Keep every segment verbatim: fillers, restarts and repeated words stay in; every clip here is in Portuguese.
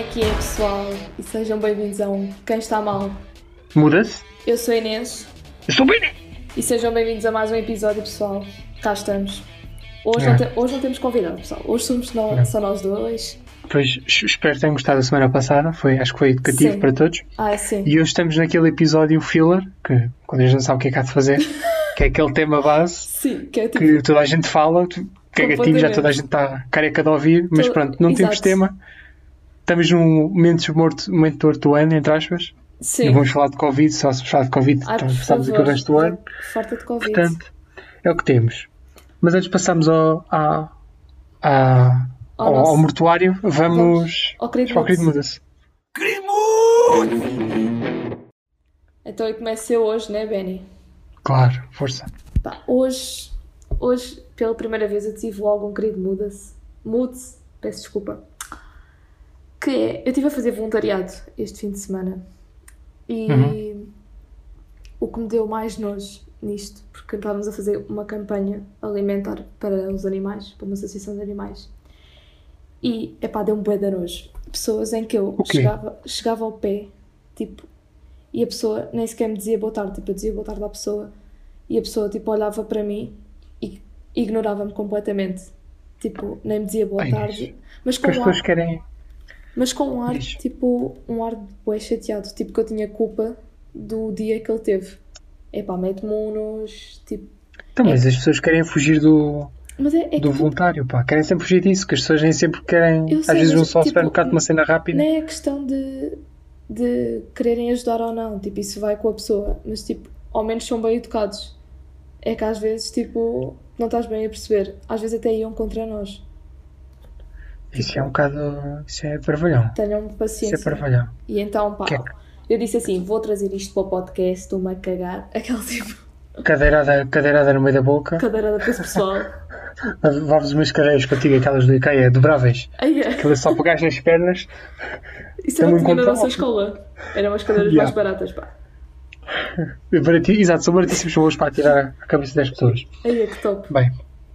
que é, pessoal? E sejam bem-vindos a um Quem Está Mal. Muda-se? Eu sou a Inês. Eu sou bem. E sejam bem-vindos a mais um episódio, pessoal. Cá estamos. Hoje, É. não, te- hoje não temos convidado, pessoal. Hoje somos nó- É. só nós dois. Pois, espero que tenham gostado da semana passada. Foi, acho que foi educativo Sim. para todos. Ah, sim. E hoje estamos naquele episódio filler, que quando a gente não sabe o que é que há de fazer, que é aquele tema base Sim, que é tipo... que toda a gente fala, que é gatinho, já Completamente. toda a gente está careca de ouvir, mas Todo- pronto, não temos Exato. tema. Estamos num momento morto, momento morto do ano, entre aspas. Sim. Não vamos falar de Covid, só se falar de Covid, Ai, então por passamos aqui o favor. resto do ano. Farta de Covid. Portanto, é o que temos. Mas antes de passarmos ao, à- à- Ao ao, nosso- ao mortuário, vamos, Vamos ao querido para o querido Muda-se. Muda-se. Então eu começo eu hoje, né, Benny? Claro, força. Pá, hoje, hoje, pela primeira vez, eu tive logo um querido Muda-se. Mude-se, peço desculpa. Que é, eu estive a fazer voluntariado este fim de semana. E Uhum. o que me deu mais nojo nisto, porque estávamos a fazer uma campanha alimentar para os animais, para uma associação de animais. E, epá, deu-me bué de nojo. Pessoas em que eu O quê? chegava, chegava ao pé, tipo, e a pessoa nem sequer me dizia boa tarde, tipo, eu dizia boa tarde à pessoa, e a pessoa, tipo, olhava para mim e ignorava-me completamente. Tipo, nem me dizia boa Ai, tarde, mas com Que as um pessoas ar, querem. mas com um ar, Diz. tipo, um ar de bué chateado, tipo, que eu tinha culpa do dia que ele teve. Epá, mete-me um nos, tipo, Então, mas as pessoas querem fugir do, mas é, é do que, voluntário, pá. Querem sempre fugir disso, que as pessoas nem sempre querem. Eu Às sei, vezes vão mas, só ao tipo, supermercado uma cena rápida. nem é questão de, de quererem ajudar ou não, tipo, isso vai com a pessoa, mas, tipo, ao menos são bem educados. É que às vezes, tipo, não estás bem a perceber, às vezes até iam contra nós. Isso é um bocado. Isso é parvalhão. Tenham Isso é paciência. parvalhão. E então, pá, Que é que- eu disse assim, vou trazer isto para o podcast, estou-me a cagar, aquele tipo, Cadeirada, cadeirada no meio da boca. cadeirada para esse pessoal. Levavas umas cadeiras contigo, aquelas do IKEA, dobráveis. Aí é. Aquilo é só pegares nas pernas. Isso era o que Também tinha na encontrava. nossa escola. Eram as cadeiras Yeah. mais baratas, pá. Barati- Exato, são baratíssimos boas para atirar a cabeça das pessoas. Aí é que top. Bem,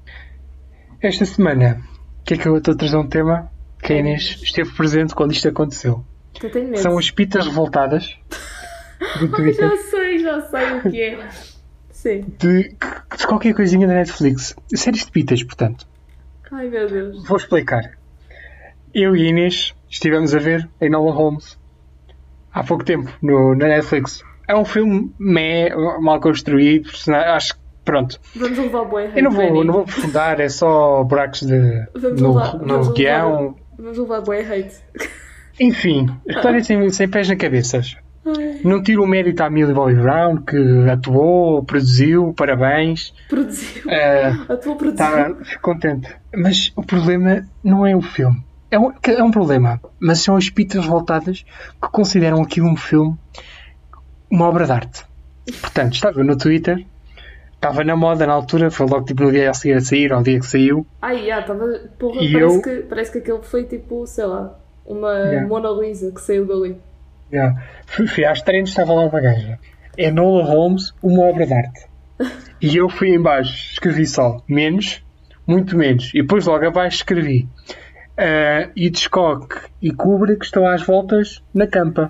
esta semana, o que é que eu estou a trazer um tema que a Inês esteve presente quando isto aconteceu? Eu tenho medo. São as pitas revoltadas do Ai, Twitter já sei, já sei o que é. Sim. de, de qualquer coisinha da Netflix. Séries de pitas, portanto. Ai, meu Deus. Vou explicar. Eu e a Inês estivemos a ver Enola Holmes há pouco tempo no, na Netflix. É um filme meh, mal construído, personagem- acho que pronto. Vamos levar bué. Eu não vou, Benny. não vou aprofundar, é só buracos de, Vamos no, levar, no vamos guião. levar, vamos levar bué hate. Enfim, a história sem, sem pés na cabeças. Ai, Não tiro o mérito à Millie Bobby Brown, que atuou, produziu, parabéns. produziu. Eh, A tua produziu. Tá, fico contente. Mas o problema não é o filme. É um, é um problema. Mas são as pitas voltadas que consideram aquilo um filme, uma obra de arte. Portanto, estava no Twitter, estava na moda na altura, foi logo tipo no dia a seguir a sair, ao dia que saiu. Ai, já, estava. Porra, E parece, eu- que, parece que aquele foi tipo, sei lá, uma Yeah. Mona Lisa que saiu dali. Yeah. Fui, fui às treinos, estava lá uma gaja. Enola Holmes, uma obra de arte. E eu fui em baixo, escrevi só menos, muito menos. E depois logo abaixo escrevi uh, Hitchcock e Kubrick estão às voltas na campa.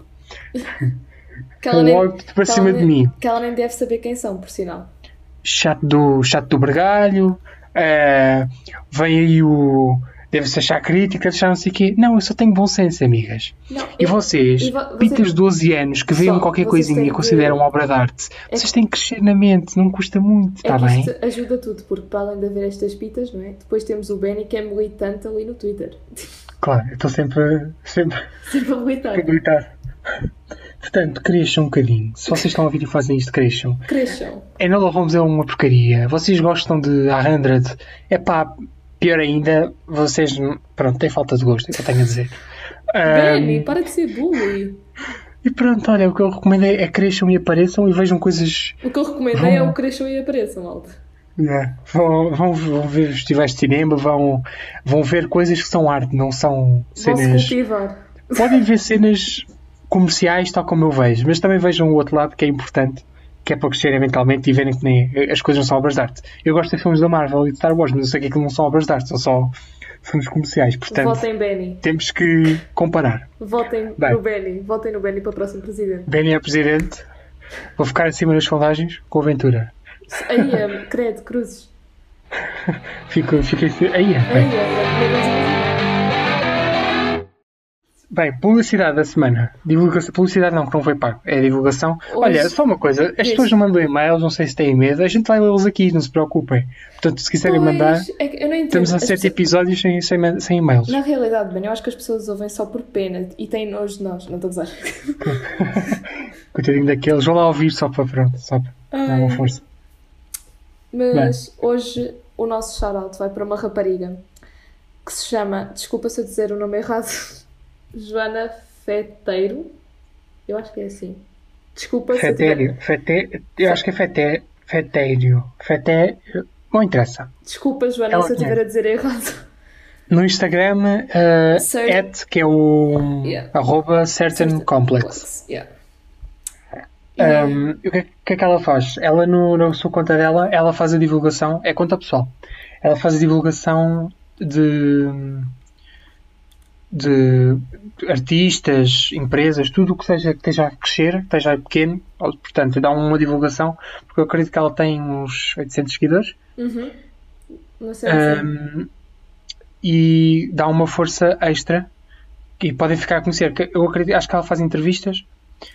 Que ela nem, Logo para que cima ela de nem- mim. Que ela nem deve saber quem são, por sinal. Chato do, chato do Bergalho. uh, vem aí o... Deve-se achar crítica, achar não sei o quê. Não, eu só tenho bom senso, amigas. Não, E eu- vocês, e vo- vocês- pitas de doze anos, que veem Só, qualquer vocês coisinha têm e de- consideram obra de arte, É vocês têm que crescer na mente, não custa muito, É está que bem? isto ajuda tudo, porque para além de haver estas pitas, não é? Depois temos o Benny que é militante ali no Twitter. Claro, eu estou sempre, sempre Sempre a militar. a militar. Portanto, cresçam um bocadinho. Se vocês estão a ouvir e fazem isto, cresçam. Cresçam. Enola Holmes é uma porcaria. Vocês gostam de A Hundred? É pá, pior ainda, vocês, pronto, têm falta de gosto, é o que eu tenho a dizer. Benny, Ahm, para de ser bully. e pronto, olha, o que eu recomendo é, é cresçam e apareçam e vejam coisas. O que eu recomendei é o cresçam e apareçam, malta. Yeah. Vão, vão, vão ver festivais de cinema, vão, vão ver coisas que são arte, não são Vão-se cenas. cultivar. Podem ver cenas comerciais, tal como eu vejo, mas também vejam o outro lado que é importante, que é para crescerem mentalmente e verem que nem as coisas não são obras de arte. Eu gosto de filmes da Marvel e de Star Wars, mas eu sei que aquilo não são obras de arte, são só somos comerciais, portanto Votem Benny. temos que comparar. Votem Bem. no Benny. Votem no Benny para o próximo presidente. Benny é presidente, vou ficar acima das sondagens com a Ventura. Aí é, credo, cruzes. Fico, fico assim, aí é, Aí bem. é, Bem, publicidade da semana. Divulgação, publicidade não, que não foi pago. É divulgação. Hoje- Olha, só uma coisa. As Diz. pessoas não mandam e-mails, não sei se têm medo. A gente vai lê-los aqui, não se preocupem. Portanto, se quiserem mandar, Pois, é que eu não entendo. temos a As sete pessoas- episódios sem, sem, sem e-mails. Na realidade, bem, eu acho que as pessoas ouvem só por pena e têm nojo de nós. Não estou a gozar. Coitadinho daqueles. Vou lá ouvir só para pronto, só para dar uma Ai. força. Mas hoje o nosso shout-out vai para uma rapariga que se chama, desculpa se eu dizer o nome errado, Joana Feteiro. Eu acho que é assim. Desculpa se eu Fetério. tiver... Fete... Eu acho que é fete... fetério. Fete... Não interessa. Desculpa, Joana, Ela se eu estiver a dizer errado. No Instagram, uh, Cer- at, que é o Yeah. arroba certain complex. Yeah. Um, o que, é- que é que ela faz? Ela, no, na sua conta dela, ela faz a divulgação, é conta pessoal. Ela faz a divulgação de, de artistas, empresas, tudo o que seja que esteja a crescer, que esteja pequeno. Ou, portanto, dá uma divulgação, porque eu acredito que ela tem uns oitocentos seguidores. Uhum. Não sei assim. Um, e dá uma força extra e podem ficar a conhecer. Que Eu acredito, acho que ela faz entrevistas.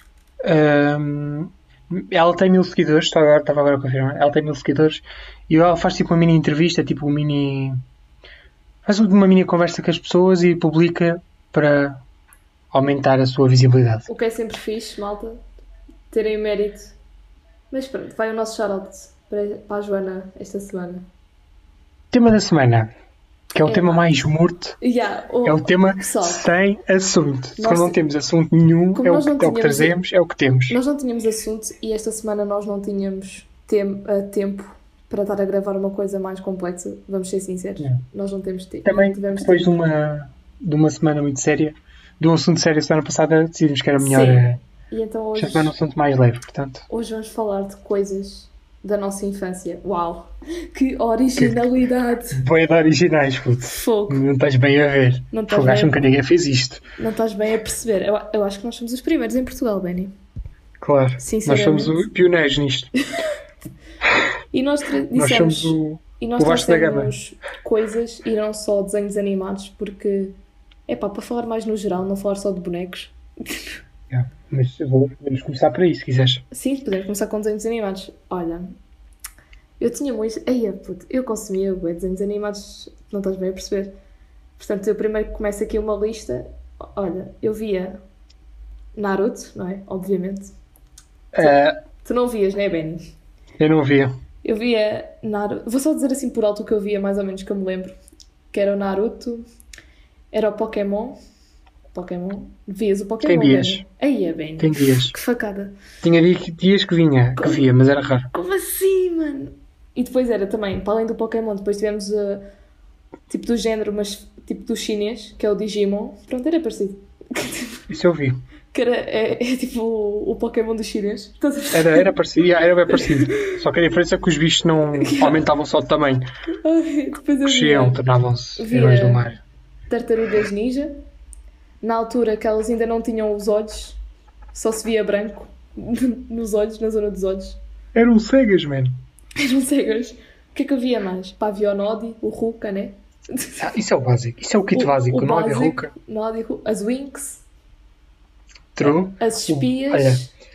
Um, ela tem mil seguidores, estava agora, estava agora a confirmar. Ela tem mil seguidores e ela faz tipo uma mini entrevista, tipo um mini. Faz uma mini conversa com as pessoas e publica para aumentar a sua visibilidade. O que é sempre fixe, malta, terem mérito. Mas pronto, vai o nosso shout-out para, para a Joana esta semana. Tema da semana, que é o É. tema mais morto, Yeah, o- é o tema pessoal, sem assunto. Se Nós- não temos assunto nenhum, Como é o, nós que, não é o que tínhamos- trazemos, é o que temos. nós não tínhamos assunto e esta semana nós não tínhamos tem- eh, tempo para estar a gravar uma coisa mais complexa, vamos ser sinceros. Yeah. Nós não temos tempo. Também, não tivemos depois de tempo. uma, de uma semana muito séria, de um assunto sério a semana passada, decidimos que era melhor Sim. eh, E então hoje, já tomar um assunto mais leve, portanto. hoje vamos falar de coisas da nossa infância. Uau! Que originalidade! Boia de originais, puto. Fogo! Não estás bem a ver. Não estás Fogo, acham bem, que ninguém fez isto. não estás bem a perceber. Eu, eu acho que nós somos os primeiros em Portugal, Benny. Claro. Nós Sinceramente. somos o pioneiros nisto. E nós tra- Nós dissemos... somos o, E nós o Vasco da Gama. trouxemos coisas e não só desenhos animados, porque é pá, para falar mais no geral, não falar só de bonecos. Yeah, mas eu vou, podemos começar por aí, se quiseres. Sim, podemos começar com desenhos animados. Olha, eu tinha muito. Eia, puto, eu consumia bué desenhos animados, não estás bem a perceber. Portanto, eu primeiro começo aqui uma lista. Olha, eu via Naruto, não é? Obviamente. Ah, Tu não vias, não é, Benny? eu não via. Eu via Naruto. Vou só dizer assim por alto o que eu via, mais ou menos que eu me lembro. Que era o Naruto, era o Pokémon. Pokémon? Vias o Pokémon? Tem dias. Benny? Aí é bem. Tem dias. Que facada. Tinha di- dias que vinha, que via, mas era raro. Como assim, mano? E depois era também, para além do Pokémon, depois tivemos uh, tipo do género, mas tipo do chinês, que é o Digimon. Pronto, era parecido. Isso eu vi. Que era, é, é tipo o, o Pokémon do chinês. Estás a ver? Era, era parecido, yeah, era bem parecido. Só que a diferença é que os bichos não aumentavam só de tamanho. Ai, depois eu Cresciam, via tornavam-se via- heróis do mar. Tartarugas Ninja. Na altura que elas ainda não tinham os olhos, só se via branco nos olhos, na zona dos olhos. Eram cegas, mano. Eram cegas. O que é que eu via mais? Pá, havia o Nodi, o Ruka, né? Ah, isso é o básico. Isso é o kit básico. o Não é básico, ruca. Nodi, Ru- as Winx, True. as Um, espias. olha,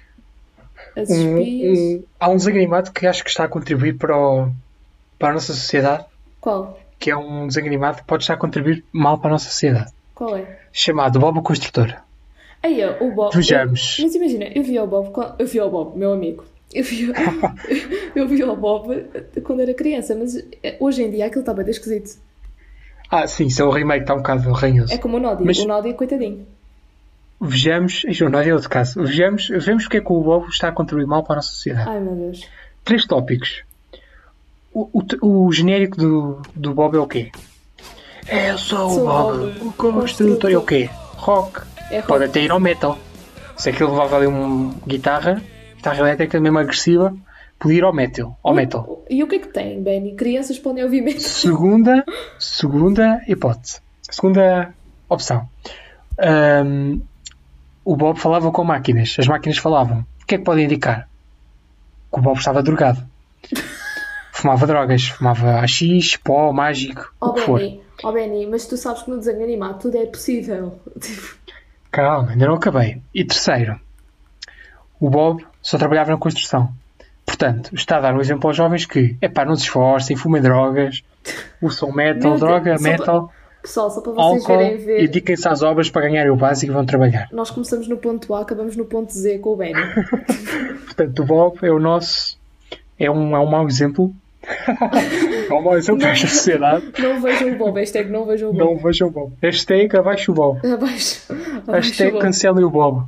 as Um- espias. um- há um desenho animado que acho que está a contribuir para, o- para a nossa sociedade, Qual? que é um desenho animado que pode estar a contribuir mal para a nossa sociedade, Qual é? chamado Bob o Construtor. Aí, ó, o Bob. Vejamos. Eu, mas imagina, eu vi o Bob. quando- Eu vi o Bob, meu amigo. Eu vi, eu vi o Bob quando era criança, mas hoje em dia aquilo está bem esquisito. Ah, sim, isso é o remake, está um bocado ranhoso. É como o Nodi. Mas- O Nodi é coitadinho. Vejamos, isto não é outro caso, vejamos, vejamos porque é que o Bob está a contribuir mal para a nossa sociedade. Ai meu Deus. Três tópicos. O, o, o genérico do, do Bob é o quê? É, eu sou Sou o Bob, Bob, o construtor é o quê? Rock. É rock. Pode até ir ao metal. Se aquilo levava ali uma guitarra, guitarra elétrica mesmo agressiva, podia ir ao metal. Ao metal. E o que é que tem, Benny? Crianças podem ouvir metal? Segunda, segunda hipótese. Segunda opção. Um, o Bob falava com máquinas. As máquinas falavam. O que é que pode indicar? Que o Bob estava drogado. Fumava drogas. Fumava haxixe, pó, mágico, Oh o que for. Benny, oh Benny, mas tu sabes que no desenho animado tudo é possível. Tipo, Calma, ainda não acabei. E terceiro. O Bob só trabalhava na construção. Portanto, está a dar um exemplo aos jovens que, epá, não se esforcem, fumem drogas, usam metal, Meu droga, Deus, só metal, pa- pessoal, só para vocês álcool verem e ver, dediquem-se às obras para ganharem o básico e vão trabalhar. nós começamos no ponto A, acabamos no ponto Z com o Benny. Portanto, o Bob é o nosso... É um, é um mau exemplo. É um mau exemplo para esta sociedade. Não vejam o Bob, hashtag não vejam o Não Bob. vejam o Bob. Hashtag abaixo o Bob. Abaixo, abaixo o Hashtag Bob. cancelem o Bob.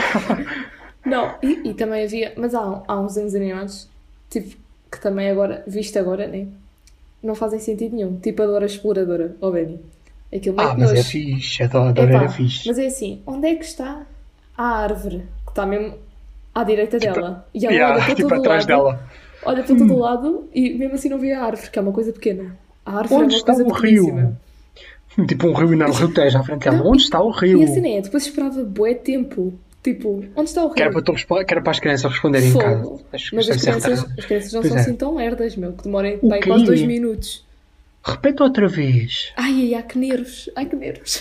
Não, e, e também havia, mas há, há uns desenhos animados, tipo, que também agora, visto agora, né? Não fazem sentido nenhum. Tipo a Dora Exploradora, ó Benny. Aquilo meio Ah, que mas é nojo. fixe. A Dora Epá, era fixe. mas é assim, onde é que está a árvore? Que está mesmo à direita dela. E ela Yeah, olha para tipo todo atrás lado, dela. olha para todo lado e mesmo assim não vê a árvore, que é uma coisa pequena. A árvore Onde é uma está coisa o rio? pequeníssima. Tipo um rio enorme, o rio Tejo à frente dela. Não, Onde está o rio? E assim nem é, depois esperava bué tempo. Tipo, onde está o Que era, rio? para tu respo- que era para as crianças responderem em casa. Fogo. Acho que Mas isso as deve ser crianças, retardado. as crianças não Pois são é. assim tão lerdas, meu, que demorem O bem, quê? quase dois minutos. Repete outra vez. Ai, ai, ai, que nervos. Ai, que nervos.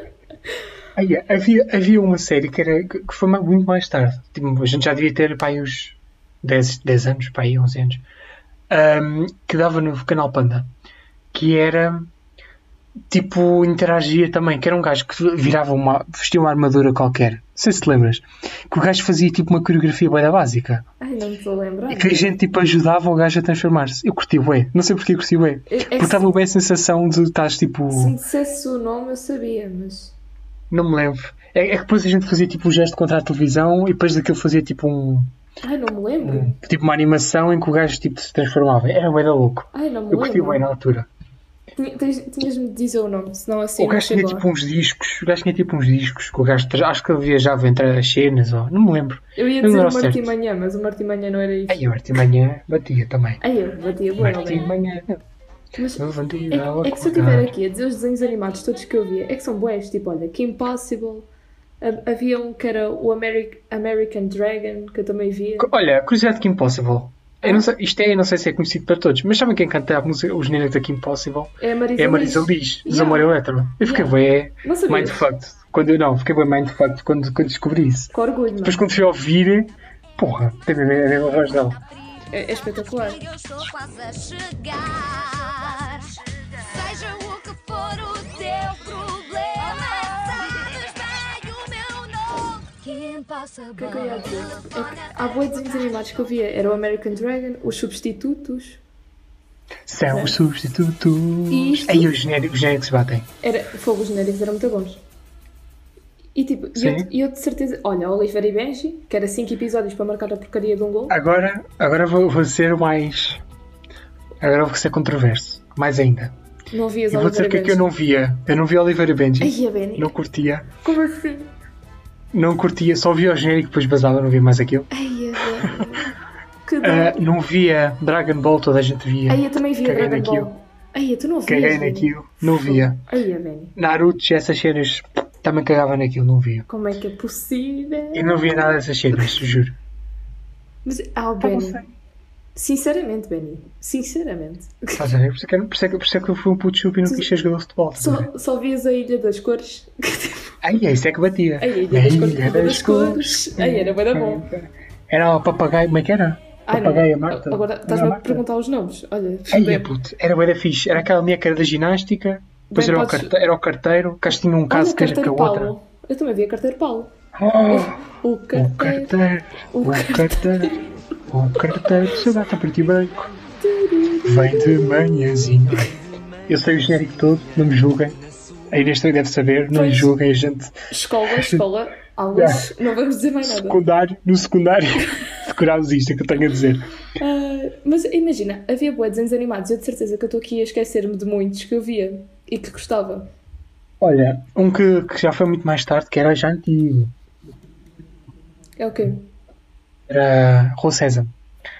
Ai, havia, havia uma série que, era, que que foi ma- muito mais tarde. Tipo, a gente já devia ter pá, aí uns dez, dez anos, pá, aí, onze anos. Ahm, que dava no canal Panda. Que era tipo, interagia também. Que era um gajo que virava uma. Vestia uma armadura qualquer. Não sei se te lembras. Que o gajo fazia tipo uma coreografia bem da básica. Ai, não me estou a lembrar. E que a gente tipo ajudava o gajo a transformar-se. Eu curti bué. Não sei porque eu curti bué. É- é Porque que estava bem a sensação de estás tipo. Se me dissesse o nome, eu sabia, mas. Não me lembro. É, é que depois a gente fazia tipo um gesto contra a televisão e depois daquilo fazia tipo um. Ai, não me lembro. Tipo uma animação em que o gajo tipo se transformava. Era bué da louco. Ai, não me Eu curti lembro. bem na altura. Tinha- tens- Tinhas-me de dizer o nome, senão assim O não gajo tinha chego lá. tipo uns discos. O gajo tinha tipo uns discos. Que o gajo tra- acho que ele viajava entre as cenas. Ou... Não me lembro. Eu ia Não dizer era o Martim certo. Manhã, mas o Martim Manhã não era isso. Aí o Martim Manhã batia também. Ai, eu batia boa, Martim bem. Manhã. Mas Eu é, levantei que- a é que se eu estiver aqui a dizer os desenhos animados todos que eu via, é que são bués, tipo, olha, Kim Possible, ha- havia um que era o Ameri- American Dragon, que eu também via. Olha, curiosidade de Kim Possible. Eu não sei, isto é, não sei se é conhecido para todos, mas sabem quem canta a música, o genérico da Kim Possible? É a Marisa É a Marisa Liz. Liz, dos Yeah. Amor Eletro. Eu fiquei Yeah. bem Não sabias? mindfucked. Quando eu não, fiquei bem mindfucked quando, quando descobri isso. Com orgulho, mano. Depois quando fui ouvir, porra, teve a ver a mesma voz dela. É, é espetacular. Eu estou quase a chegar. Seja o que for o teu problema, sabes bem o meu nome. Que impossible. O que é que eu ia dizer? É que há bué desenhos animados que eu via. Era o American Dragon, os Substitutos. São os substitutos. E isto? Aí os genéricos, os genéricos batem. Era, fogo, os genéricos eram muito bons. E tipo, e eu, Sim. e eu de certeza... Olha, Oliver e Benji, que era cinco episódios para marcar a porcaria de um gol. Agora, agora vou, vou ser mais. Agora vou ser controverso. Mais ainda. Não vias E vou Oliver dizer e o que é Benji. que eu não via. Eu não via Oliver e Benji. Ai, a Benny. Não curtia. Como assim? Não curtia, só via o genérico, depois basava, não via mais aquilo. Ai, a Benny. Que Ah, dó. não via Dragon Ball, toda a gente via. Ai, eu também via Caguei Dragon naquilo. Ball. Ai, tu não vias, Caguei Benny? naquilo, não via. Ai, a Benny. Naruto e essas cenas, também cagava naquilo, não via. Como é que é possível? Eu não via nada dessas cenas, juro. Mas, ah, o Pá, não Benny. sei. Sinceramente, Benny. Sinceramente. Estás a ver? Por isso é que, por isso é que, por isso é que eu fui um puto chup e não quis ser jogador de futebol. estás a ver? Só, só vias a Ilha das Cores. Ai, é isso é que batia. A Ilha das Cores. Ilha das Cores. Ai, era bué da bom. Era o papagaio, como é que era? Ai, não. Papagaio Marta. Agora Era estás-me a Marta. perguntar os nomes. Olha, Ai, bem. é puto, era bué da fixe. Era aquela minha que era da ginástica, depois Bem, era, o podes- carte- era o carteiro, que acho que tinha um Olha, caso que era com Carteiro a outra. Paulo. Eu também via Carteiro Paulo. Oh, O o carteiro. carteiro, O o carteiro, o carteiro, seu gato a preto e branco, vem de manhãzinho. Eu sei o genérico todo, não me julguem. A Inês também deve saber, não me Pois. julguem, a gente. Escola, escola. Alguns. Não vamos dizer mais nada. Secundário, no secundário, decorámos isto, é que eu tenho a dizer. Ah, mas imagina, havia bué desenhos animados. Eu de certeza que eu estou aqui a esquecer-me de muitos que eu via e que gostava. Olha, um que, que já foi muito mais tarde, que era já antigo, É o quê? era Rô César.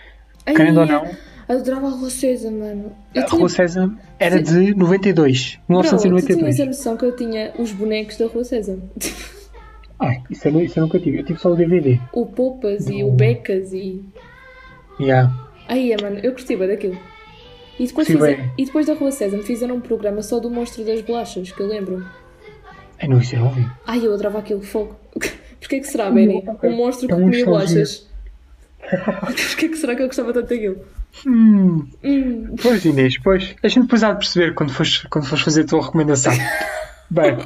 Ai, Querendo ou não, adorava a Rua César, mano. Eu a tinha... Rua César era de noventa e dois. Bro, tu tinhas a mil novecentos e noventa e dois. noção que eu tinha os bonecos da Rua César? Ai, isso eu, nu- isso eu nunca tive. Eu tive só o D V D. O Poupas e Do- o Becas e... Yeah. Ai, é, mano, eu curti bem daquilo. E depois, Curti fize- bem. e depois da Rua César me fizeram um programa só do Monstro das Bolachas, que eu lembro. Ai, não, isso eu não vi. Ai, eu adorava aquilo, fogo. Porquê que será, Benny? ok. Um monstro que É um comia nostalgia. bolachas. Porquê que será que eu gostava tanto daquilo? Hum. Hum, Pois, Inês, pois. A gente depois há de perceber quando fores, quando fores fazer a tua recomendação. Bem.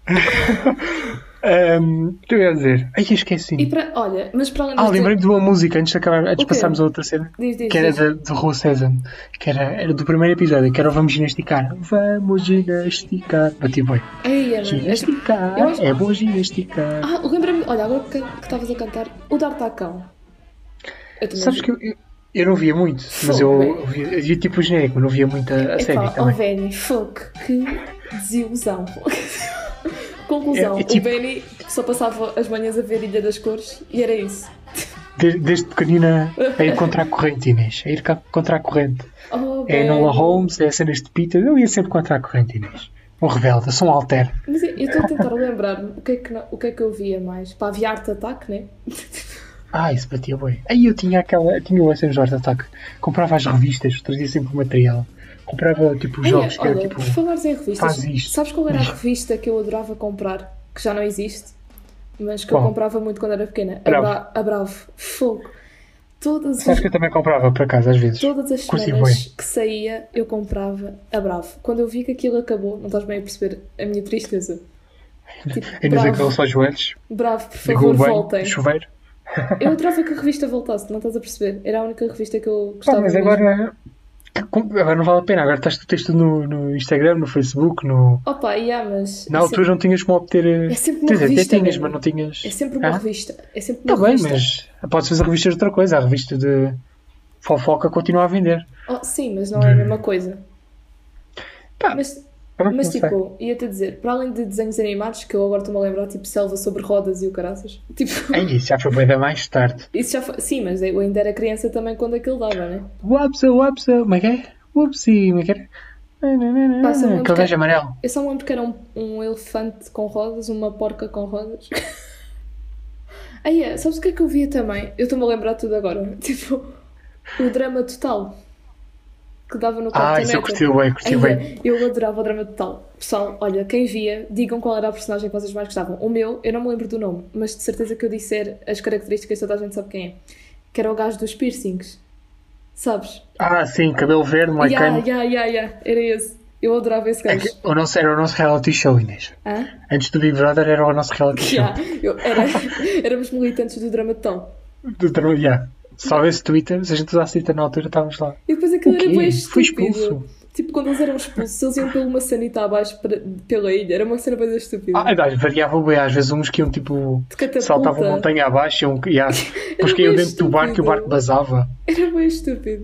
um, o que eu ia dizer? Ai, eu esqueci. e para... Olha, mas para além Ah, disto- lembrei-me de uma música antes de acabar, antes de O quê? passarmos a outra cena. Diz, diz, Que era diz. da- de Rua César. Que era, era do primeiro episódio, que era o Vamos Ginasticar. Vamos ginasticar. Bati bem. Ai, é, mano. Ginasticar. Eu acho- É bom ginasticar. Ah, lembra-me... Olha, agora que que estavas a cantar, o D'Artacão. Eu também Sabes vi. que eu, eu, eu não via muito, mas Fogo, eu, bem. eu, via, eu via tipo o genérico, mas não via muito a, a série Epá, ó também. Benny, fuck, que desilusão. Conclusão, É- é tipo- o Benny só passava as manhãs a ver Ilha das Cores e era isso. Desde, desde pequenina a ir contra a corrente, Inês. A ir ca- contra a corrente. Oh, É Benny. Nola Holmes, é cenas de Peter. Eu ia sempre contra a corrente, Inês. Um rebelde, eu sou um alter. Mas eu eu estou a tentar lembrar-me o que, é que, não- o que é que eu via mais. Pá, havia Arte Ataque, né? Ah, isso batia bem. Aí eu tinha aquela. Tinha o S M J Ataque. Comprava as revistas, trazia sempre o material. Comprava tipo os Ei, jogos que era olha, tipo. por falares em revistas, faz isto. sabes qual era a revista que eu adorava comprar? Que já não existe, mas que eu Qual? comprava muito quando era pequena. A, Bravo. Bra a Bravo. Fogo. Todas as, Sabes que eu também comprava por acaso, às vezes. todas as Curti semanas que saía, eu comprava a Bravo. Quando eu vi que aquilo acabou, não estás bem a perceber a minha tristeza. Tipo, Ainda usei Bravo, aqueles aos joelhos. Bravo, por Ligou favor, o banho, voltem. chuveiro. Eu adorava que a revista voltasse, não estás a perceber? Era a única revista que eu Pá, gostava mas mesmo. agora. Agora não vale a pena. Agora estás tu tens tudo no, no Instagram, no Facebook, no. Opa, yeah, mas Na é altura sempre, não tinhas como obter. é sempre uma Quer dizer, até revista, tinhas, mesmo. mas não tinhas. É sempre uma Ah? revista. É sempre Está uma bem, revista. mas podes fazer revistas de outra coisa. A revista de fofoca continua a vender. Oh, sim, mas não é a mesma coisa. Pá, Mas, pronto, mas não sei. tipo, ia-te dizer, para além de desenhos animados, que eu agora estou-me a lembrar, tipo Selva sobre Rodas e o caraças. Tipo, Ai, isso já foi bem da mais tarde. isso já foi. Sim, mas eu ainda era criança também quando aquilo dava, né? Wapsa, wapsa, como é que é? Whoopsie, como é que era? Pá, só me lembro Aquele que- gajo amarelo. Eu só me lembro que era um, um elefante com rodas, uma porca com rodas. Aí é, sabes o que é que eu via também? Eu estou-me a lembrar tudo agora. Tipo, o drama total. Que dava no Ah, Cartoon isso eu Network. curti bem, curti Aí bem. é, eu adorava o drama total. Pessoal, olha, quem via, digam qual era a personagem que vocês mais gostavam. O meu, eu não me lembro do nome, mas de certeza que eu disser as características, toda a gente sabe quem é. Que era o gajo dos piercings. Sabes? Ah, sim, cabelo verde, Ya, moicano. ya, ya, ya. Era esse. Eu adorava esse É gajo. que o nosso, era o nosso reality show, Inês. Hã? Antes do Big Brother era o nosso reality show. Ya, eu era, éramos militantes do drama total. Do tra- yeah. Se houvesse Twitter, se a gente usasse Twitter na altura, estávamos lá. E depois aquilo O era quê? bem Foi estúpido. expulso? Tipo, quando eles eram expulsos, eles iam pela uma sanita abaixo para- pela ilha. Era uma cena bem estúpida. Ah, ah, variava bem. Às vezes uns que iam tipo. De catapulta. Saltavam montanha abaixo, iam, yeah. depois caíam bem dentro do barco e o barco estúpido. basava. Era bem estúpido.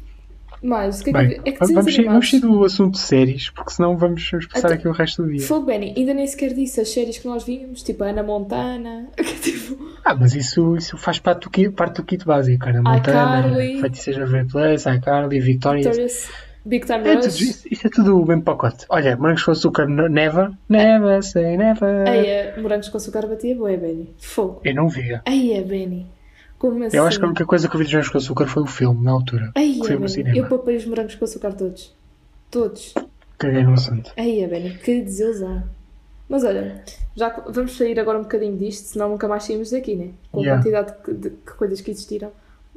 Mas, o que é que, Bem, eu vi? É que desenhos vamos, sair, vamos sair animados... do assunto de séries, porque senão vamos, vamos passar Até- aqui o resto do dia. Fogo, Benny, ainda nem sequer disse as séries que nós víamos, tipo a Ana Montana, tipo, Ah, mas isso, isso faz parte do kit, parte do kit básico, cara. Montana, iCarly. Feitiçeiras of Waverly Place, iCarly, Victorious. Victorious, Big Time É tudo, Rush. isso, isso é tudo o mesmo pacote. Olha, morangos com açúcar, n- never, never say never. Aí é, morangos com açúcar batia boa, Benny. Fogo. Eu não via. Aí é, Benny. Como assim? Eu acho que a única coisa que eu vi de morangos com açúcar foi o filme, na altura. Aí que é, foi no Benny. cinema. Eu papei os morangos com açúcar todos. Todos. Caguei no assunto. Aí é, Benny. Que desilusão. Mas olha, já que- vamos sair agora um bocadinho disto, senão nunca mais saímos daqui, né? Com a Yeah. quantidade de, de- de coisas que existiram.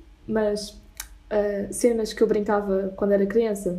Mas ah, cenas que eu brincava quando era criança,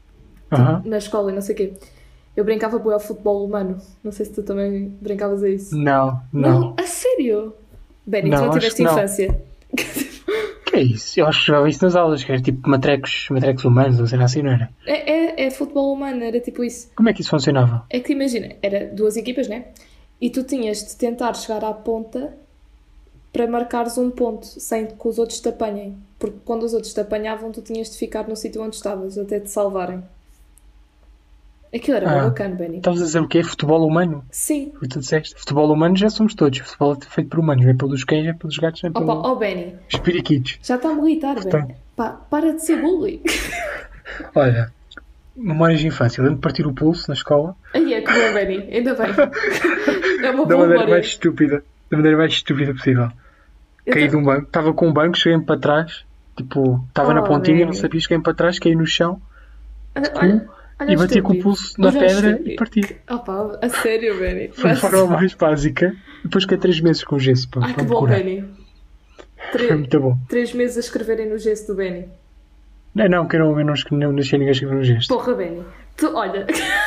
Aham. na escola e não sei o quê. Eu brincava bué ao futebol humano. Não sei se tu também brincavas a isso. Não, não. A sério? Benny, tu Não, não acho tiveste que não. infância? Que é isso? Eu acho que jogava isso nas aulas, que era tipo matrecos, matrecos humanos, ou seja, assim, não era? É, é, é futebol humano, era tipo isso. Como é que isso funcionava? É que imagina, era duas equipas, né? E tu tinhas de tentar chegar à ponta para marcares um ponto, sem que os outros te apanhem. Porque quando os outros te apanhavam, tu tinhas de ficar no sítio onde estavas, até te salvarem. Aquilo era bem Ah, bacana, Benny. estavas a dizer o quê? Futebol humano? Sim. Foi o que tu disseste. Futebol humano já somos todos. Futebol é feito por humanos. Não é pelos cães, é pelos gatos, não é Opa, pelos ó Benny, periquitos. já está a militar, Portanto. Benny. Pá, para de ser bully. Olha, memórias de infância. Eu lembro de partir o pulso na escola. Aí é que bom, Benny. Ainda bem. É uma Da boa maneira mais memória. estúpida. Da maneira mais estúpida possível. Eu Caí ta- de um banco. Estava com um banco, cheguei-me para trás. Tipo, estava na Oh, pontinha, não Benny. sabia, cheguei-me para trás, caí no chão. Olha, olha, olha E bati com o estúpido. pulso na Olha pedra estúpido. e parti. Opa, a sério, Benny. Foi a Mas- forma mais básica. Depois fiquei três meses com gesso para, Ai, para que me bom, curar. Benny. Foi Tre- muito bom. Três meses a escreverem no gesso do Benny. Não, não, que eu não, eu não, escrevi- não deixei ninguém escrever no gesto. Porra, Benny. Tu, olha.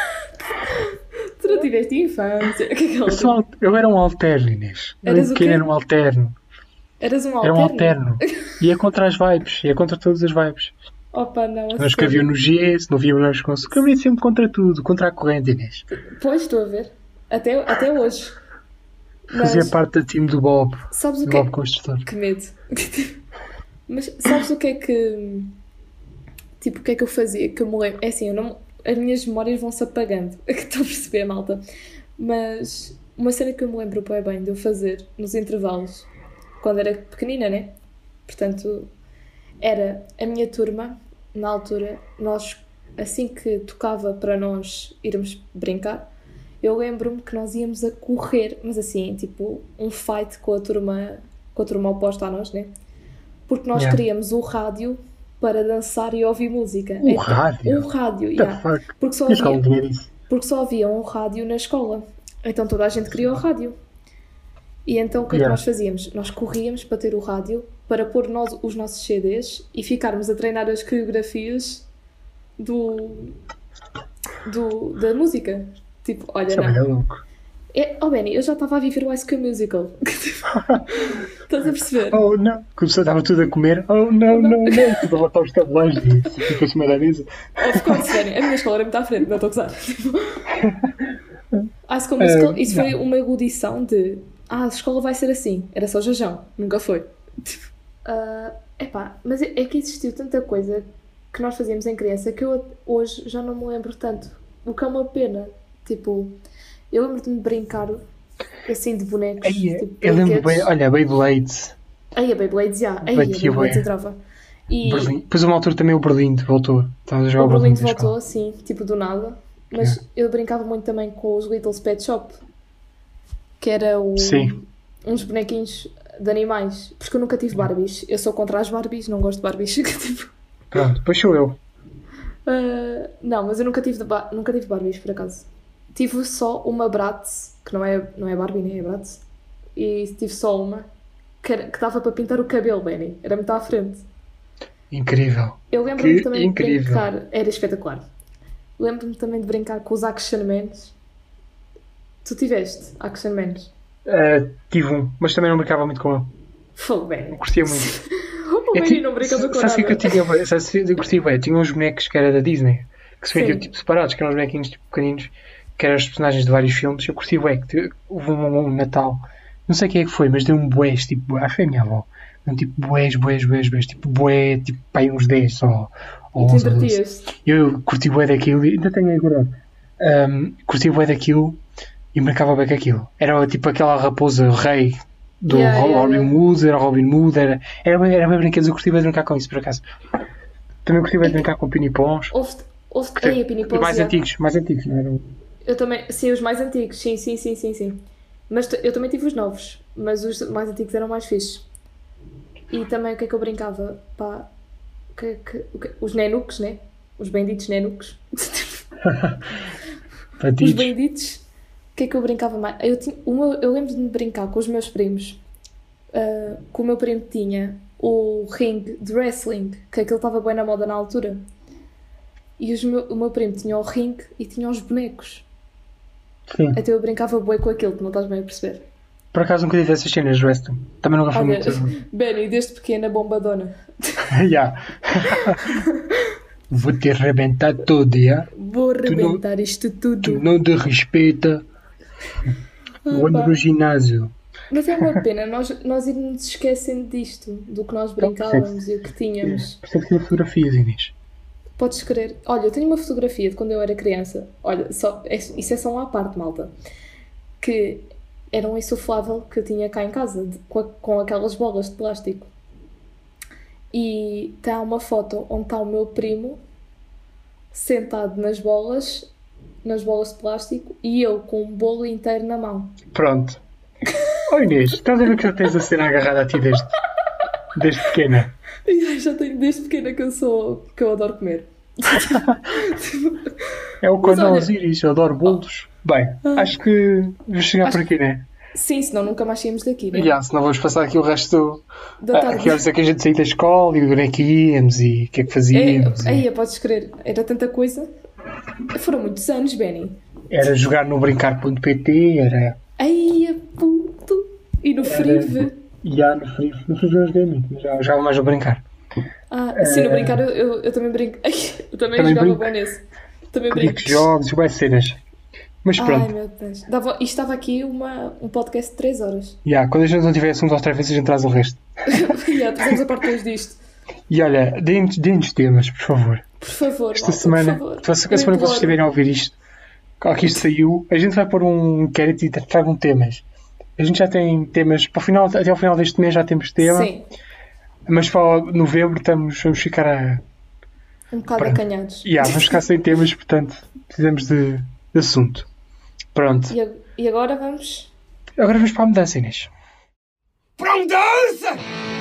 Tu não tiveste infância. O que é que ela Eu, sou al- eu era um alterno, Inês. Eu Eras o pequeno quê? era um alterno. Eras um Era um alterno? alterno. Ia contra as vibes. Ia contra todas as vibes. Opa, não, a Não escrevia sério. no gesso, não via melhores com escrevia sempre contra tudo. Contra a corrente, Inês. Pois, estou a ver. Até, até hoje. Mas Fazia parte do time do Bob. sabes o Do que é? Bob Construtor. Que medo. Mas sabes o que é que... Tipo, o que é que eu fazia? Que eu me lembro... É assim, eu não... as minhas memórias vão-se apagando. É que estou a perceber, malta. Mas uma cena que eu me lembro bem bem de eu fazer nos intervalos, quando era pequenina, né? Portanto, era a minha turma, na altura, nós, assim que tocava para nós irmos brincar, eu lembro-me que nós íamos a correr, mas assim, tipo, um fight com a turma, com a turma oposta a nós, né? Porque nós Yeah. queríamos o rádio para dançar e ouvir música. O Então, rádio? Um rádio, What the yeah. fuck? Porque só Na escola havia, não tinha disso. porque só havia um rádio na escola. Então toda a gente queria o rádio. E então o que é que Yeah. nós fazíamos? Nós corríamos para ter o rádio, para pôr nós, os nossos C Ds e ficarmos a treinar as coreografias do, do, da música. Tipo, olha, Isso é não. bem louco. É, oh Benny, eu já estava a viver o High School Musical. Estás a perceber? Oh não, começou, estava tudo a comer. Oh não, não, não. Tudo a botar os tabuleiros e fica em cima da mesa. Of course, Benny. A minha escola era muito à frente, não estou a gozar. High School Musical, Eh, isso foi uma erudição de ah, a escola vai ser assim. Era só jajão, nunca foi. Tipo, ah, epá, mas é é que existiu tanta coisa que nós fazíamos em criança que eu hoje já não me lembro tanto. O que é uma pena. Tipo, eu lembro-me de brincar assim de bonecos. Aí, tipo, eu lembro bem, brinquedos. olha, Beyblades. Aí a Beyblades, já. Aí a Batia Beyblades bué. entrava. E Berlim. Depois, a uma altura, também o Berlim voltou. Estávamos a jogar o o Berlim Berlim na escola. voltou, assim, tipo do nada. Mas eu brincava muito também com os Little Pet Shop. Que era o, Sim. uns bonequinhos de animais. Porque eu nunca tive Barbies. Eu sou contra as Barbies, não gosto de Barbies. Tipo, Pronto, depois sou eu. ah, não, mas eu nunca tive, de ba- nunca tive Barbies, por acaso. Tive só uma Bratz, que não é, não é Barbie, nem é Bratz. E tive só uma, que, era, que dava para pintar o cabelo, Benny. Era muito à frente. Incrível. Eu lembro-me Que também de incrível. brincar, era espetacular. Lembro-me também de brincar com os Action Mans. Tu tiveste Action Mans? Uh, tive um, mas também não brincava muito com ele. Fogo, Benny. Curtia muito. O Eu Benny ti- não brincava com Sabes o que é nada. que eu tinha? bué? Sabes o que eu curtia bué? Tinha uns bonecos que era da Disney, que se vendiam Sim. tipo separados, que eram uns bonequinhos tipo pequeninos, que eram os personagens de vários filmes. Eu curtia bué, que te- houve um, um Natal, não sei quem é que foi, mas deu um bués, tipo, bué, acho que foi a minha avó. Deu um tipo bués, bués, bués, bués, tipo bué, tipo, pá, aí uns dez só. E Ou tu onze ou doze. entretias-te. Eu curti bué daquilo e ainda tenho aí guardado. Um, curti bué daquilo e brincava bem com aquilo. Era tipo aquela raposa rei do Yeah, Ro- yeah, Robin yeah. Hood, era Robin Hood, era, era, bem, era bem brinquedos. Eu curti bem de brincar com isso, por acaso. Também curti bem de brincar com pinipons. Houve-te... Houve-te... Ei, a Pinipons, Mais já. antigos, mais antigos, não eram? Eu também... Sim, os mais antigos. Sim, sim, sim, sim, sim. Mas t- eu também tive os novos. Mas os mais antigos eram mais fixes. E também o que é que eu brincava? Pá... Que, que, o que- os nenucos, né? Os benditos nenucos. Os Patitos. benditos. O que é que eu brincava mais? Eu, tinha, o meu- eu lembro de me brincar com os meus primos. Ah, que o meu primo tinha o ringue de wrestling, que aquele estava bem na moda na altura. E os meu- o meu primo tinha o ringue e tinha os bonecos. Sim. Até eu brincava bué com aquilo, tu não estás bem a perceber. Por acaso nunca tive essas cenas de wrestling. Também nunca fui Olha, muito. Benny, desde pequena, bombadona. Ya. Vou te arrebentar todo, já? Vou arrebentar isto Tu tudo. não te respeita. Vou pá. no ginásio. Mas é uma pena, nós, nós irmos esquecendo disto, do que nós brincávamos e o que tínhamos. Por isso é que tinha fotografias, Inês. Podes crer. Olha, eu tenho uma fotografia de quando eu era criança. Olha, só, é- isso é só uma parte, malta. Que era um insuflável que eu tinha cá em casa, de- com, a- com aquelas bolas de plástico. E está uma foto onde está o meu primo sentado nas bolas, nas bolas de plástico, e eu com um bolo inteiro na mão. Pronto. Oh Inês, estás a ver que já tens a cena agarrada a ti desde, desde pequena? E já tenho desde pequena que eu sou, que eu adoro comer. É o Mas quando olha- aos íris, eu adoro bolos. Bem, acho que vamos chegar Acho por aqui, né? Sim, senão nunca mais saímos daqui, não é? Já, senão vamos passar aqui o resto Da ah, tarde. que horas é que a gente saiu da escola e onde é que íamos e o que é que É, fazíamos. e- aí, podes crer, era tanta coisa. Foram muitos anos, Benny. Era jogar no brincar ponto pt, era. Aí, puto. E no Frive. Já no Free, no Free eu joguei muito, mas já jogava mais a brincar. Ah, sim, no brincar eu, eu, eu também brinco. Ai, eu também, Também jogava brinco. bem nesse. Também Digo brinco. jogos, vai cenas. Mas Ai, pronto, meu Deus. Dava, isto estava aqui uma, um podcast de três horas. já, quando a gente não tiver assunto outra vez, a gente traz o resto. Já, trazemos a parte dois disto. E olha, deem-nos deem-nos temas, por favor. Por favor, Esta malta, semana, por favor. se a Eu semana vocês imploro. estiverem a ouvir isto, que isto saiu, a gente vai pôr um inquérito e tragam temas. A gente já tem temas, para o final, até ao final deste mês já temos tema, Sim, mas para novembro estamos, vamos ficar a. um bocado Pronto. acanhados. Yeah, vamos ficar sem temas, portanto precisamos de, de assunto. Pronto. E, a- e agora vamos. Agora vamos para a mudança, Inês. Para mudança!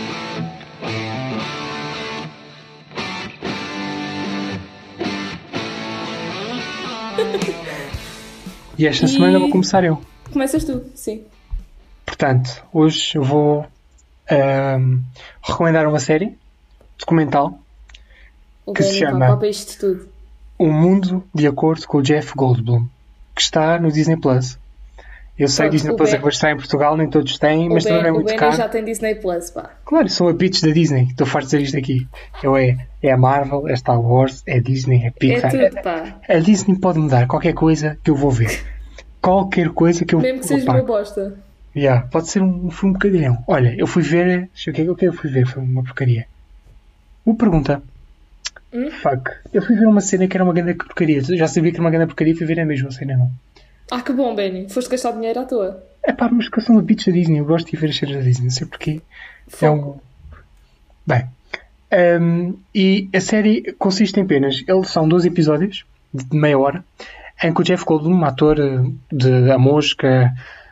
E esta E- semana vou começar eu. Começas tu, sim. Portanto, hoje eu vou ahm, recomendar uma série documental, O Que se Benny chama- papa isto tudo. Um Mundo de Acordo com o Jeff Goldblum, que está no Disney Plus. Eu sei Pronto, que Disney o Plus Ben- é que vai estar em Portugal, nem todos têm, mas o, também ben, não é o muito Benny caro. já tem Disney Plus, pá. Claro, são a pitch da Disney. Estou farto de dizer isto aqui. Eu é, é a Marvel, é Star Wars, é Disney, é É Pixar. tudo, pá. A Disney pode mudar qualquer coisa que eu vou ver. Qualquer coisa que eu Mesmo que vou seja uma pagar. bosta. Yeah, pode ser um, um filme bocadilhão. Olha, eu fui ver. Deixa eu ver o que é que eu fui ver. Foi uma porcaria. Uma pergunta. Hum? Fuck. Eu fui ver uma cena que era uma grande porcaria. Eu já sabia que era uma grande porcaria e fui ver a mesma cena, não. Ah, que bom, Benny. Foste gastar dinheiro à toa. É pá, mas que eu sou uma bitch da Disney. Eu gosto de ir ver as séries da Disney. Não sei porquê. É um. Bem. hum, e a série consiste em apenas. Eles são dois episódios de meia hora em que o Jeff Goldblum, ator eh, de A Mosca,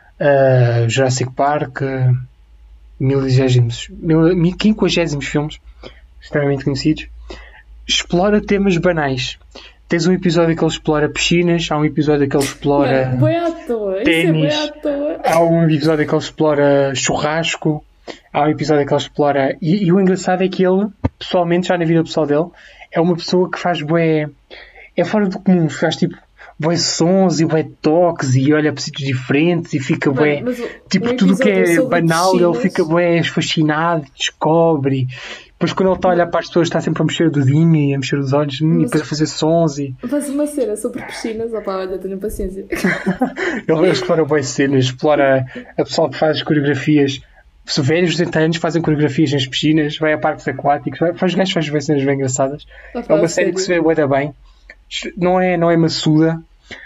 eh, Jurassic Park, eh, milagésimos, mil- mil- quinquagésimos filmes extremamente conhecidos, explora temas banais. Tens um episódio que ele explora piscinas, há um episódio que ele explora. Mano, boi à toa. Isso é ténis. boi à toa. Há um episódio que ele explora churrasco. Há um episódio que ele explora. E, e o engraçado é que ele, pessoalmente, já na vida pessoal dele, é uma pessoa que faz bué. É fora do comum. Faz tipo bué sons e bué toques e olha para sítios diferentes e fica bué. Mano, mas o- Tipo, um tudo que episódio é sobre banal ele piscinas- fica bué fascinado, descobre. Depois, quando ele está a olhar para as pessoas, está sempre a mexer o dedinho e a mexer os olhos hum, e Mas- depois a fazer sons. E Faz uma cena sobre piscinas. Opá, olha, tenho paciência. ele explora bué cenas, explora a pessoa que faz coreografias. Se velhos de setenta anos fazem coreografias nas piscinas, vai a parques aquáticos, vai, faz gajos faz bué cenas bem engraçadas. Opá, É uma a série que se sério. vê bué da bem. Não é, não é maçuda.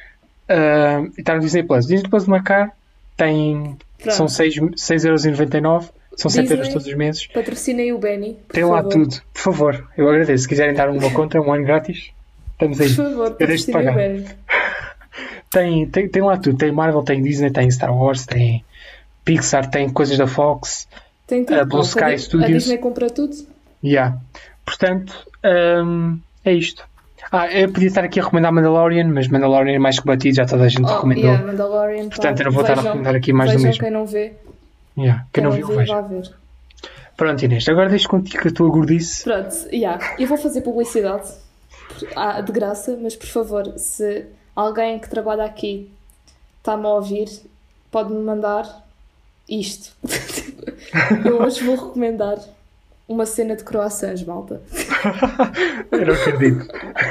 Ah, e está no Disney Plus. Disney Plus marcar tem. Pronto. São seis euros e noventa e nove. São sete euros Disney. todos os meses. Patrocinem o Benny. Por Tem lá favor. tudo. Por favor, eu agradeço. Se quiserem dar uma conta, um ano grátis, estamos aí. Por favor, Eu deixo de patrocinem o pagar. Benny. Tem, tem, tem lá tudo. Tem Marvel, tem Disney, tem Star Wars, tem Pixar, tem coisas da Fox. Tem tudo. A Blue pá, Sky a Di- Studios. A Disney compra tudo. Yeah. Portanto, hum, é isto. Ah, eu podia estar aqui a recomendar Mandalorian, mas Mandalorian é mais que batido, já toda a gente Oh, recomendou. yeah, Mandalorian, pá. Portanto, eu não vou estar a Vejam- recomendar aqui mais do vejam mesmo. quem não vê. Yeah. Quem não viu, vê, veja. vá ver. Pronto, Inês, agora deixo contigo que a tua gordice. Pronto, yeah. Eu vou fazer publicidade ah, de graça, mas por favor, se alguém que trabalha aqui está-me a ouvir, pode-me mandar isto. Eu hoje vou recomendar uma cena de croissants, malta. Eu não acredito.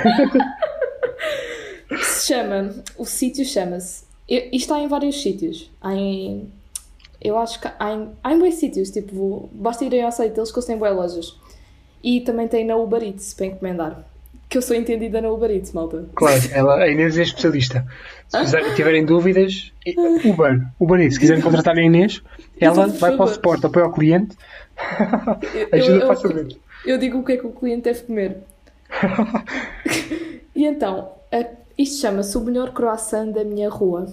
Que se chama, o sítio chama-se, eu- isto está em vários sítios. Há em, eu acho que há em, há em bons sítios, tipo, basta irem ao site deles que eles têm boas lojas. E também tem na Uber Eats para encomendar. que eu sou entendida na Uber Eats, malta. Claro, ela, a Inês é especialista. Se fizer- tiverem dúvidas, Uber, Uber Eats, se quiserem contratar a Inês, ela Exato, por vai para o favor. suporte, apoio ao cliente, Eu, ajuda eu- facilmente. eu digo o que é que o cliente deve comer. E então, a- isto chama-se o melhor croissant da minha rua.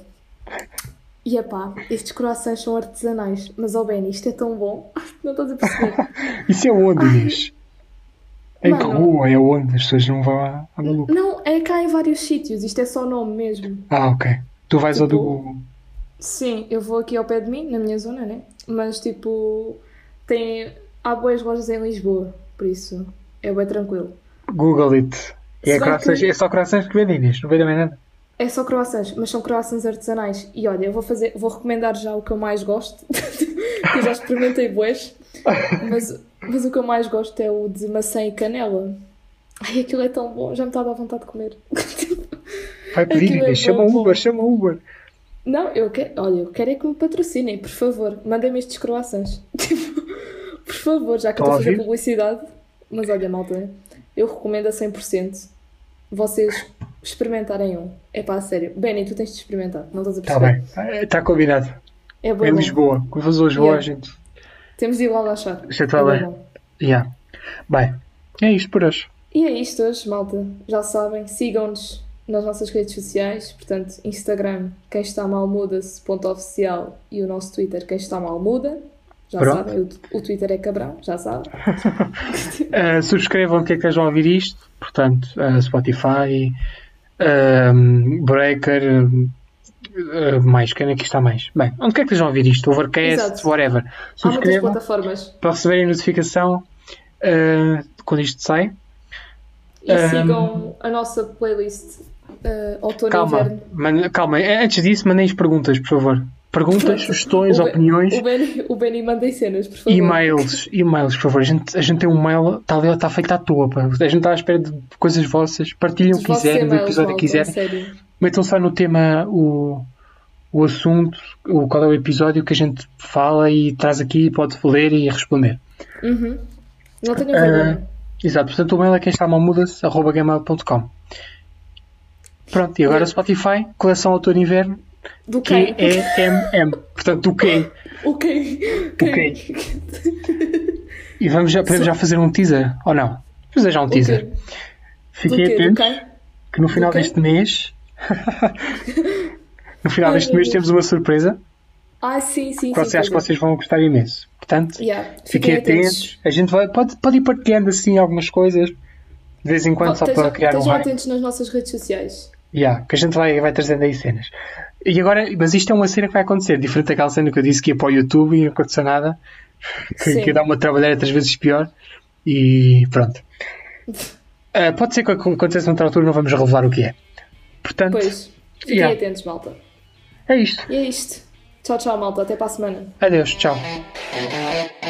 E epá, estes croissants são artesanais. Mas, ó Benny, isto é tão bom. Não estás a perceber? Isso é onde, Inês? Em que Mano. rua? É onde? As pessoas não vão à, à maluca. Não, é cá em vários sítios. Isto é só nome mesmo. Ah, ok. Tu vais ao Tipo- do. Sim, eu vou aqui ao pé de mim, na minha zona, né? Mas, tipo, tem... há boas lojas em Lisboa. Por isso, é bem tranquilo. Google It. E é, Se bem croissants, que- é só croissants que vendem, Inês, não vendem mais nada. É só croissants, mas são croissants artesanais. E olha, eu vou fazer, vou recomendar já o que eu mais gosto. Que eu já experimentei bués. Mas, mas o que eu mais gosto é o de maçã e canela. Ai, aquilo é tão bom, já me está a dar vontade de comer. Vai pedir, Aquilo é Inês, chama bom, o bom. Uber, chama o Uber. Não, eu quero, olha, eu quero é que me patrocinem, por favor. Mandem-me estes croissants. Tipo, por favor, já que eu Estou estou a a fazer ouvir? publicidade. Mas olha, malta, eu recomendo a cem por cento vocês experimentarem um. É pá, a sério. Benny, tu tens de experimentar, não estás a Está perceber? bem, está combinado. É bom. É Lisboa. Quando fores a Lisboa, Yeah. a gente. Temos de ir lá lanchar. Já está É bem. bom. Yeah. Bem, é isto por hoje. E é isto hoje, malta. Já sabem, sigam-nos nas nossas redes sociais. Portanto, Instagram, quem está mal muda-se, ponto oficial. E o nosso Twitter, quem está mal muda. Já Pronto. sabem, o, o Twitter é cabrão, já sabem. Uh, subscrevam o que é que estejam a ouvir isto. Portanto, uh, Spotify, um, Breaker, um, uh, mais, quem é que está mais? Bem, onde quer que estejam a ouvir isto? Overcast, Exato. whatever. Há muitas Subscrevam plataformas. para receberem notificação uh, quando isto sai. E Um, sigam a nossa playlist uh, Outono e Calma, Inverno. man- calma, antes disso, mandem as perguntas, por favor. Perguntas, sugestões, O Ben- opiniões. O Benny, o Benny mandem cenas, por favor. E-mails, e-mails, por favor. A gente, a gente tem um mail, está ali, está feito à toa. Pá. A gente está à espera de coisas vossas. Partilhem o Os que vossos quiserem, do e-mails, episódio que malta, a quiserem. sério. Metam só no tema o, o assunto, o, qual é o episódio que a gente fala e traz aqui, pode ler e responder. Uhum. Não tenham Ah, vergonha. exato, portanto o mail é quem está malmuda-se, arroba gmail ponto com. Pronto, e agora Yeah. Spotify, coleção Outono e Inverno, Do Q quem? E M M. Portanto, do quem? O quem? quem? E vamos já, podemos já fazer um teaser, ou não? Vamos fazer já um teaser. Do Fiquem quê? Do atentos quem? que no final Do quê? deste mês no final Ai, deste meu mês Deus. temos uma surpresa Ah, sim, sim, que sim. vocês, acho que pois é. vocês vão gostar imenso. Portanto, Yeah. fiquem atentos. A gente vai, pode, pode ir partilhando assim algumas coisas de vez em quando, Oh, só estejam, para criar um estejam hype. atentos nas nossas redes sociais. Yeah, que a gente vai, vai trazendo aí cenas. E agora, mas isto é uma cena que vai acontecer, diferente daquela cena que eu disse que ia para o YouTube e não aconteceu nada, que, Sim. que ia dar uma trabalhar três vezes pior, e pronto. Ah, pode ser que aconteça noutra altura, não vamos revelar o que é. Portanto, Pois, fiquem Yeah. atentos, malta. é isto. E é isto. Tchau, tchau, malta. Até para a semana. Adeus, tchau. Thank